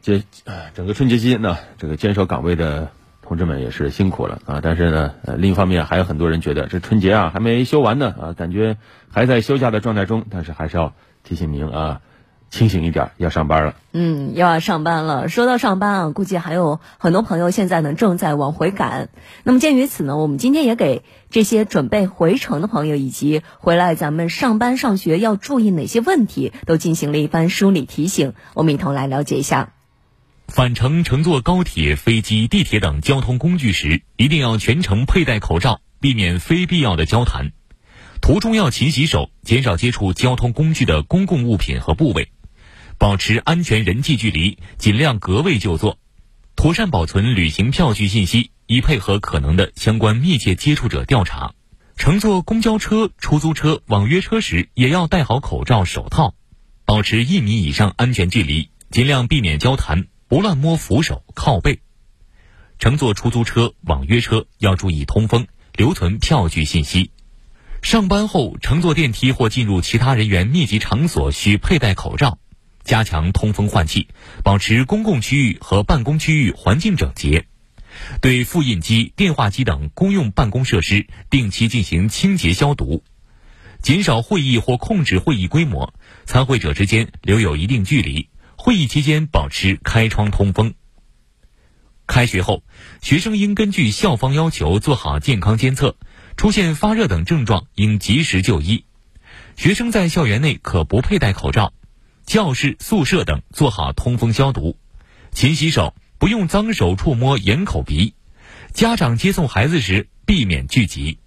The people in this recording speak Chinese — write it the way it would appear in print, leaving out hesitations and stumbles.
整个春节期间呢，这个坚守岗位的同志们也是辛苦了啊。但是呢，另一方面还有很多人觉得这春节啊还没休完呢啊，感觉还在休假的状态中。但是还是要提醒您啊，清醒一点，要上班了。 要上班了。说到上班啊，估计还有很多朋友现在呢正在往回赶。那么鉴于此呢，我们今天也给这些准备回程的朋友以及回来咱们上班上学要注意哪些问题，都进行了一番梳理提醒。我们一同来了解一下。 返程乘坐高铁、飞机、地铁等交通工具时，一定要全程佩戴口罩，避免非必要的交谈。途中要勤洗手，减少接触交通工具的公共物品和部位，保持安全人际距离，尽量隔位就坐，妥善保存旅行票据信息，以配合可能的相关密切接触者调查。乘坐公交车、出租车、网约车时，也要戴好口罩、手套，保持1米以上安全距离，尽量避免交谈，不乱摸扶手、靠背。乘坐出租车、网约车要注意通风，留存票据信息。上班后乘坐电梯或进入其他人员密集场所需佩戴口罩，加强通风换气，保持公共区域和办公区域环境整洁。对复印机、电话机等公用办公设施定期进行清洁消毒，减少会议或控制会议规模，参会者之间留有一定距离，会议期间保持开窗通风。开学后，学生应根据校方要求做好健康监测，出现发热等症状应及时就医。学生在校园内可不佩戴口罩，教室、宿舍等做好通风消毒，勤洗手，不用脏手触摸眼口鼻。家长接送孩子时避免聚集。